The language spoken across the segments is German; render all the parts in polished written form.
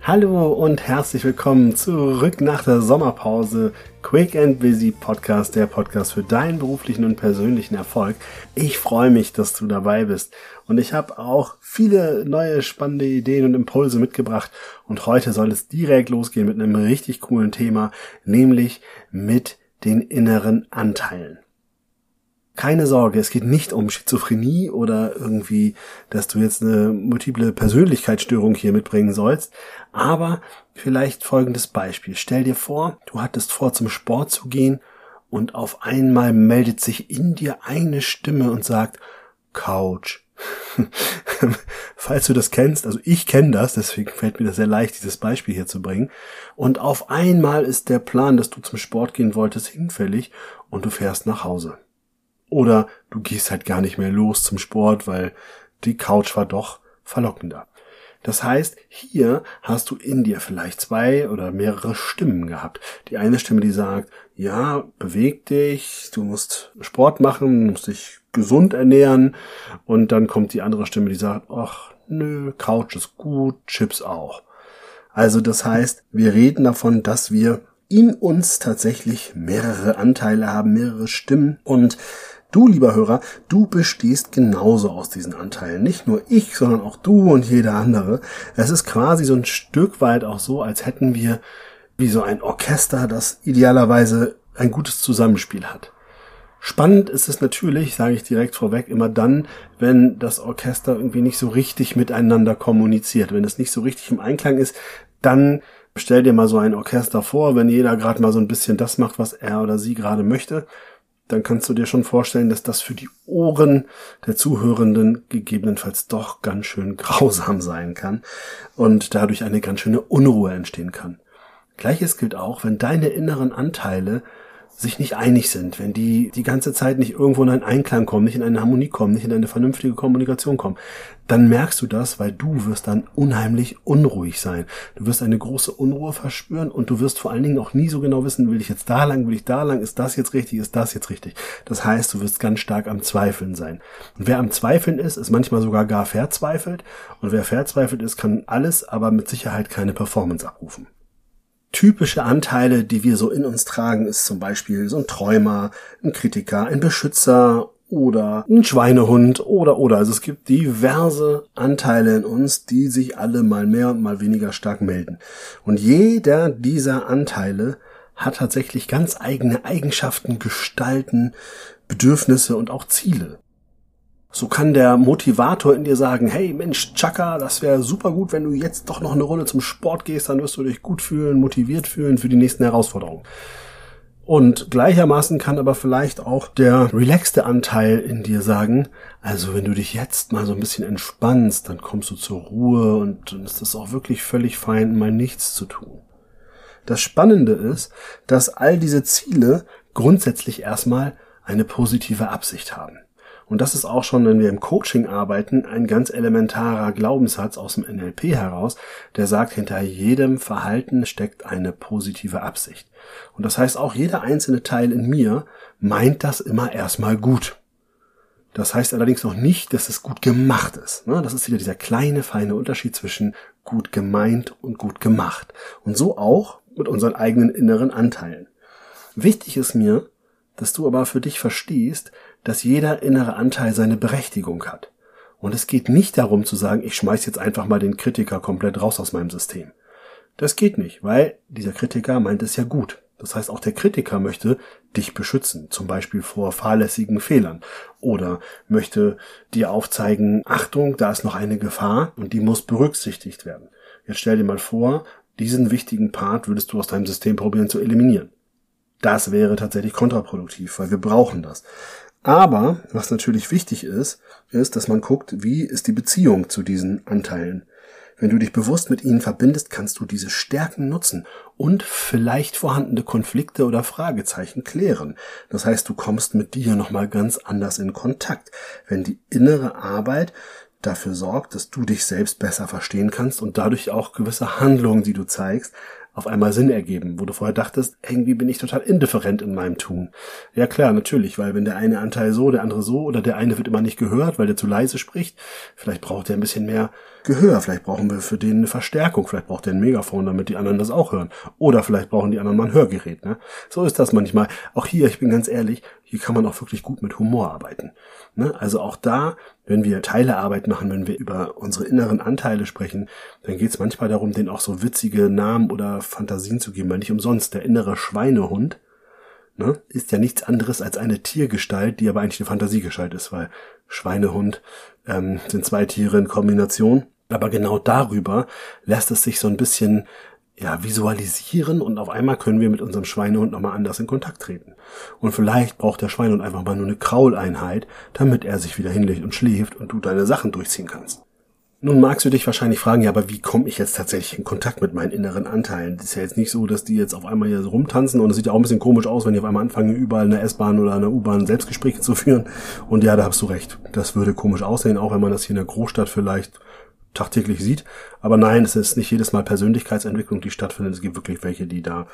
Hallo und herzlich willkommen zurück nach der Sommerpause. Quick and Busy Podcast, der Podcast für deinen beruflichen und persönlichen Erfolg. Ich freue mich, dass du dabei bist. Und ich habe auch viele neue spannende Ideen und Impulse mitgebracht. Und heute soll es direkt losgehen mit einem richtig coolen Thema, nämlich mit den inneren Anteilen. Keine Sorge, es geht nicht um Schizophrenie oder irgendwie, dass du jetzt eine multiple Persönlichkeitsstörung hier mitbringen sollst, aber vielleicht folgendes Beispiel. Stell dir vor, du hattest vor, zum Sport zu gehen und auf einmal meldet sich in dir eine Stimme und sagt, Couch. Falls du das kennst, also ich kenne das, deswegen fällt mir das sehr leicht, dieses Beispiel hier zu bringen. Und auf einmal ist der Plan, dass du zum Sport gehen wolltest, hinfällig und du fährst nach Hause. Oder du gehst halt gar nicht mehr los zum Sport, weil die Couch war doch verlockender. Das heißt, hier hast du in dir vielleicht 2 oder mehrere Stimmen gehabt. Die eine Stimme, die sagt, ja, beweg dich, du musst Sport machen, du musst dich gesund ernähren. Und dann kommt die andere Stimme, die sagt, ach, nö, Couch ist gut, Chips auch. Also das heißt, wir reden davon, dass wir in uns tatsächlich mehrere Anteile haben, mehrere Stimmen. Und du, lieber Hörer, du bestehst genauso aus diesen Anteilen. Nicht nur ich, sondern auch du und jeder andere. Es ist quasi so ein Stück weit auch so, als hätten wir wie so ein Orchester, das idealerweise ein gutes Zusammenspiel hat. Spannend ist es natürlich, sage ich direkt vorweg, immer dann, wenn das Orchester irgendwie nicht so richtig miteinander kommuniziert. Wenn es nicht so richtig im Einklang ist, dann stell dir mal so ein Orchester vor, wenn jeder gerade mal so ein bisschen das macht, was er oder sie gerade möchte, dann kannst du dir schon vorstellen, dass das für die Ohren der Zuhörenden gegebenenfalls doch ganz schön grausam sein kann und dadurch eine ganz schöne Unruhe entstehen kann. Gleiches gilt auch, wenn deine inneren Anteile sich nicht einig sind, wenn die ganze Zeit nicht irgendwo in einen Einklang kommen, nicht in eine Harmonie kommen, nicht in eine vernünftige Kommunikation kommen, dann merkst du das, weil du wirst dann unheimlich unruhig sein. Du wirst eine große Unruhe verspüren und du wirst vor allen Dingen auch nie so genau wissen, will ich jetzt da lang, will ich da lang, ist das jetzt richtig, ist das jetzt richtig. Das heißt, du wirst ganz stark am Zweifeln sein. Und wer am Zweifeln ist manchmal sogar gar verzweifelt. Und wer verzweifelt ist, kann alles, aber mit Sicherheit keine Performance abrufen. Typische Anteile, die wir so in uns tragen, ist zum Beispiel so ein Träumer, ein Kritiker, ein Beschützer oder ein Schweinehund oder. Also es gibt diverse Anteile in uns, die sich alle mal mehr und mal weniger stark melden. Und jeder dieser Anteile hat tatsächlich ganz eigene Eigenschaften, Gestalten, Bedürfnisse und auch Ziele. So kann der Motivator in dir sagen, hey Mensch, Chaka, das wäre super gut, wenn du jetzt doch noch eine Runde zum Sport gehst, dann wirst du dich gut fühlen, motiviert fühlen für die nächsten Herausforderungen. Und gleichermaßen kann aber vielleicht auch der relaxte Anteil in dir sagen, also wenn du dich jetzt mal so ein bisschen entspannst, dann kommst du zur Ruhe und dann ist es auch wirklich völlig fein, mal nichts zu tun. Das Spannende ist, dass all diese Ziele grundsätzlich erstmal eine positive Absicht haben. Und das ist auch schon, wenn wir im Coaching arbeiten, ein ganz elementarer Glaubenssatz aus dem NLP heraus, der sagt, hinter jedem Verhalten steckt eine positive Absicht. Und das heißt, auch jeder einzelne Teil in mir meint das immer erstmal gut. Das heißt allerdings noch nicht, dass es gut gemacht ist. Das ist wieder dieser kleine, feine Unterschied zwischen gut gemeint und gut gemacht. Und so auch mit unseren eigenen inneren Anteilen. Wichtig ist mir, dass du aber für dich verstehst, dass jeder innere Anteil seine Berechtigung hat. Und es geht nicht darum zu sagen, ich schmeiß jetzt einfach mal den Kritiker komplett raus aus meinem System. Das geht nicht, weil dieser Kritiker meint es ja gut. Das heißt, auch der Kritiker möchte dich beschützen, zum Beispiel vor fahrlässigen Fehlern. Oder möchte dir aufzeigen, Achtung, da ist noch eine Gefahr und die muss berücksichtigt werden. Jetzt stell dir mal vor, diesen wichtigen Part würdest du aus deinem System probieren zu eliminieren. Das wäre tatsächlich kontraproduktiv, weil wir brauchen das. Aber was natürlich wichtig ist, dass man guckt, wie ist die Beziehung zu diesen Anteilen. Wenn du dich bewusst mit ihnen verbindest, kannst du diese Stärken nutzen und vielleicht vorhandene Konflikte oder Fragezeichen klären. Das heißt, du kommst mit dir nochmal ganz anders in Kontakt, wenn die innere Arbeit dafür sorgt, dass du dich selbst besser verstehen kannst und dadurch auch gewisse Handlungen, die du zeigst, auf einmal Sinn ergeben, wo du vorher dachtest, irgendwie bin ich total indifferent in meinem Tun. Ja klar, natürlich, weil wenn der eine Anteil so, der andere so oder der eine wird immer nicht gehört, weil der zu leise spricht, vielleicht braucht er ein bisschen mehr Gehör, vielleicht brauchen wir für den eine Verstärkung, vielleicht braucht er ein Megafon, damit die anderen das auch hören. Oder vielleicht brauchen die anderen mal ein Hörgerät. Ne? So ist das manchmal. Auch hier, ich bin ganz ehrlich, hier kann man auch wirklich gut mit Humor arbeiten. Ne? Also auch da, wenn wir Teilearbeit machen, wenn wir über unsere inneren Anteile sprechen, dann geht es manchmal darum, denen auch so witzige Namen oder Fantasien zu geben, weil nicht umsonst der innere Schweinehund, ne, ist ja nichts anderes als eine Tiergestalt, die aber eigentlich eine Fantasiegestalt ist, weil Schweinehund sind zwei Tiere in Kombination. Aber genau darüber lässt es sich so ein bisschen visualisieren und auf einmal können wir mit unserem Schweinehund nochmal anders in Kontakt treten. Und vielleicht braucht der Schweinehund einfach mal nur eine Krauleinheit, damit er sich wieder hinlegt und schläft und du deine Sachen durchziehen kannst. Nun magst du dich wahrscheinlich fragen, ja, aber wie komme ich jetzt tatsächlich in Kontakt mit meinen inneren Anteilen? Das ist ja jetzt nicht so, dass die jetzt auf einmal hier so rumtanzen und es sieht ja auch ein bisschen komisch aus, wenn die auf einmal anfangen, überall in der S-Bahn oder in der U-Bahn Selbstgespräche zu führen. Und ja, da hast du recht. Das würde komisch aussehen, auch wenn man das hier in der Großstadt vielleicht tagtäglich sieht. Aber nein, es ist nicht jedes Mal Persönlichkeitsentwicklung, die stattfindet. Es gibt wirklich welche, die da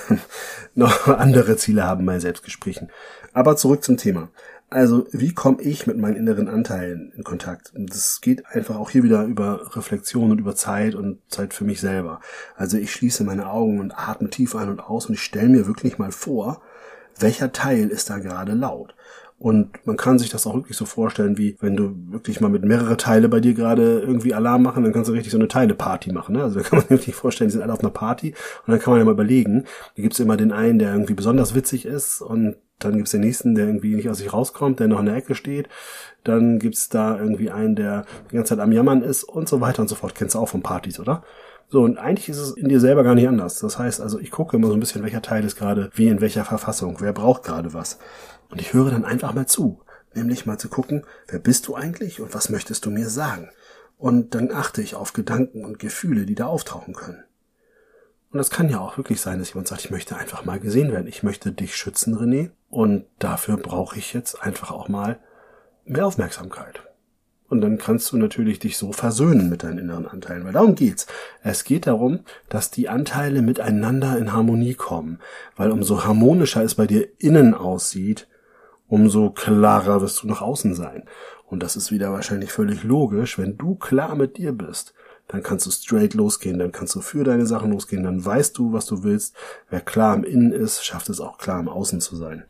noch andere Ziele haben bei Selbstgesprächen. Aber zurück zum Thema. Also, wie komme ich mit meinen inneren Anteilen in Kontakt? Und das geht einfach auch hier wieder über Reflexion und über Zeit und Zeit für mich selber. Also ich schließe meine Augen und atme tief ein und aus und ich stelle mir wirklich mal vor, welcher Teil ist da gerade laut. Und man kann sich das auch wirklich so vorstellen, wie wenn du wirklich mal mit mehrere Teile bei dir gerade irgendwie Alarm machen, dann kannst du richtig so eine Teile-Party machen. Ne? Also da kann man sich wirklich vorstellen, die sind alle auf einer Party und dann kann man ja mal überlegen, da gibt's immer den einen, der irgendwie besonders witzig ist und dann gibt's den nächsten, der irgendwie nicht aus sich rauskommt, der noch in der Ecke steht. Dann gibt's da irgendwie einen, der die ganze Zeit am Jammern ist und so weiter und so fort. Kennst du auch von Partys, oder? So, und eigentlich ist es in dir selber gar nicht anders. Das heißt also, ich gucke immer so ein bisschen, welcher Teil ist gerade wie in welcher Verfassung, wer braucht gerade was. Und ich höre dann einfach mal zu. Nämlich mal zu gucken, wer bist du eigentlich und was möchtest du mir sagen? Und dann achte ich auf Gedanken und Gefühle, die da auftauchen können. Und das kann ja auch wirklich sein, dass jemand sagt, ich möchte einfach mal gesehen werden. Ich möchte dich schützen, René. Und dafür brauche ich jetzt einfach auch mal mehr Aufmerksamkeit. Und dann kannst du natürlich dich so versöhnen mit deinen inneren Anteilen. Weil darum geht's. Es geht darum, dass die Anteile miteinander in Harmonie kommen. Weil umso harmonischer es bei dir innen aussieht, umso klarer wirst du nach außen sein. Und das ist wieder wahrscheinlich völlig logisch. Wenn du klar mit dir bist, dann kannst du straight losgehen, dann kannst du für deine Sachen losgehen, dann weißt du, was du willst. Wer klar im Innen ist, schafft es auch klar im Außen zu sein.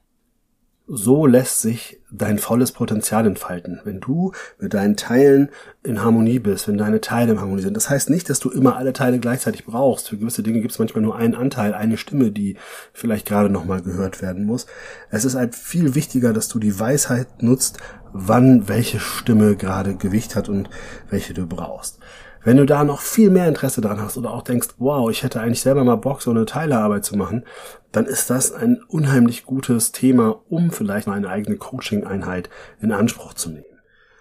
So lässt sich dein volles Potenzial entfalten, wenn du mit deinen Teilen in Harmonie bist, wenn deine Teile in Harmonie sind. Das heißt nicht, dass du immer alle Teile gleichzeitig brauchst. Für gewisse Dinge gibt es manchmal nur einen Anteil, eine Stimme, die vielleicht gerade nochmal gehört werden muss. Es ist halt viel wichtiger, dass du die Weisheit nutzt, wann welche Stimme gerade Gewicht hat und welche du brauchst. Wenn du da noch viel mehr Interesse dran hast oder auch denkst, wow, ich hätte eigentlich selber mal Bock, so eine Teilearbeit zu machen, dann ist das ein unheimlich gutes Thema, um vielleicht mal eine eigene Coaching-Einheit in Anspruch zu nehmen.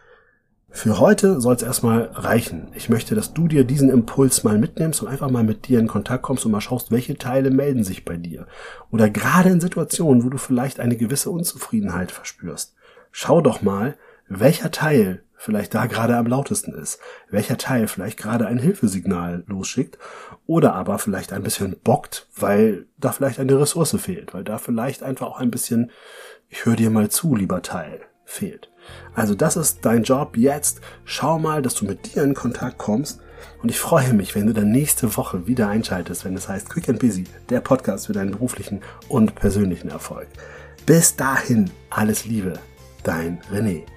Für heute soll es erstmal reichen. Ich möchte, dass du dir diesen Impuls mal mitnimmst und einfach mal mit dir in Kontakt kommst und mal schaust, welche Teile melden sich bei dir. Oder gerade in Situationen, wo du vielleicht eine gewisse Unzufriedenheit verspürst. Schau doch mal, welcher Teil vielleicht da gerade am lautesten ist, welcher Teil vielleicht gerade ein Hilfesignal losschickt oder aber vielleicht ein bisschen bockt, weil da vielleicht eine Ressource fehlt, weil da vielleicht einfach auch ein bisschen, ich höre dir mal zu, lieber Teil, fehlt. Also das ist dein Job jetzt. Schau mal, dass du mit dir in Kontakt kommst und ich freue mich, wenn du dann nächste Woche wieder einschaltest, wenn es heißt Quick and Busy, der Podcast für deinen beruflichen und persönlichen Erfolg. Bis dahin, alles Liebe, dein René.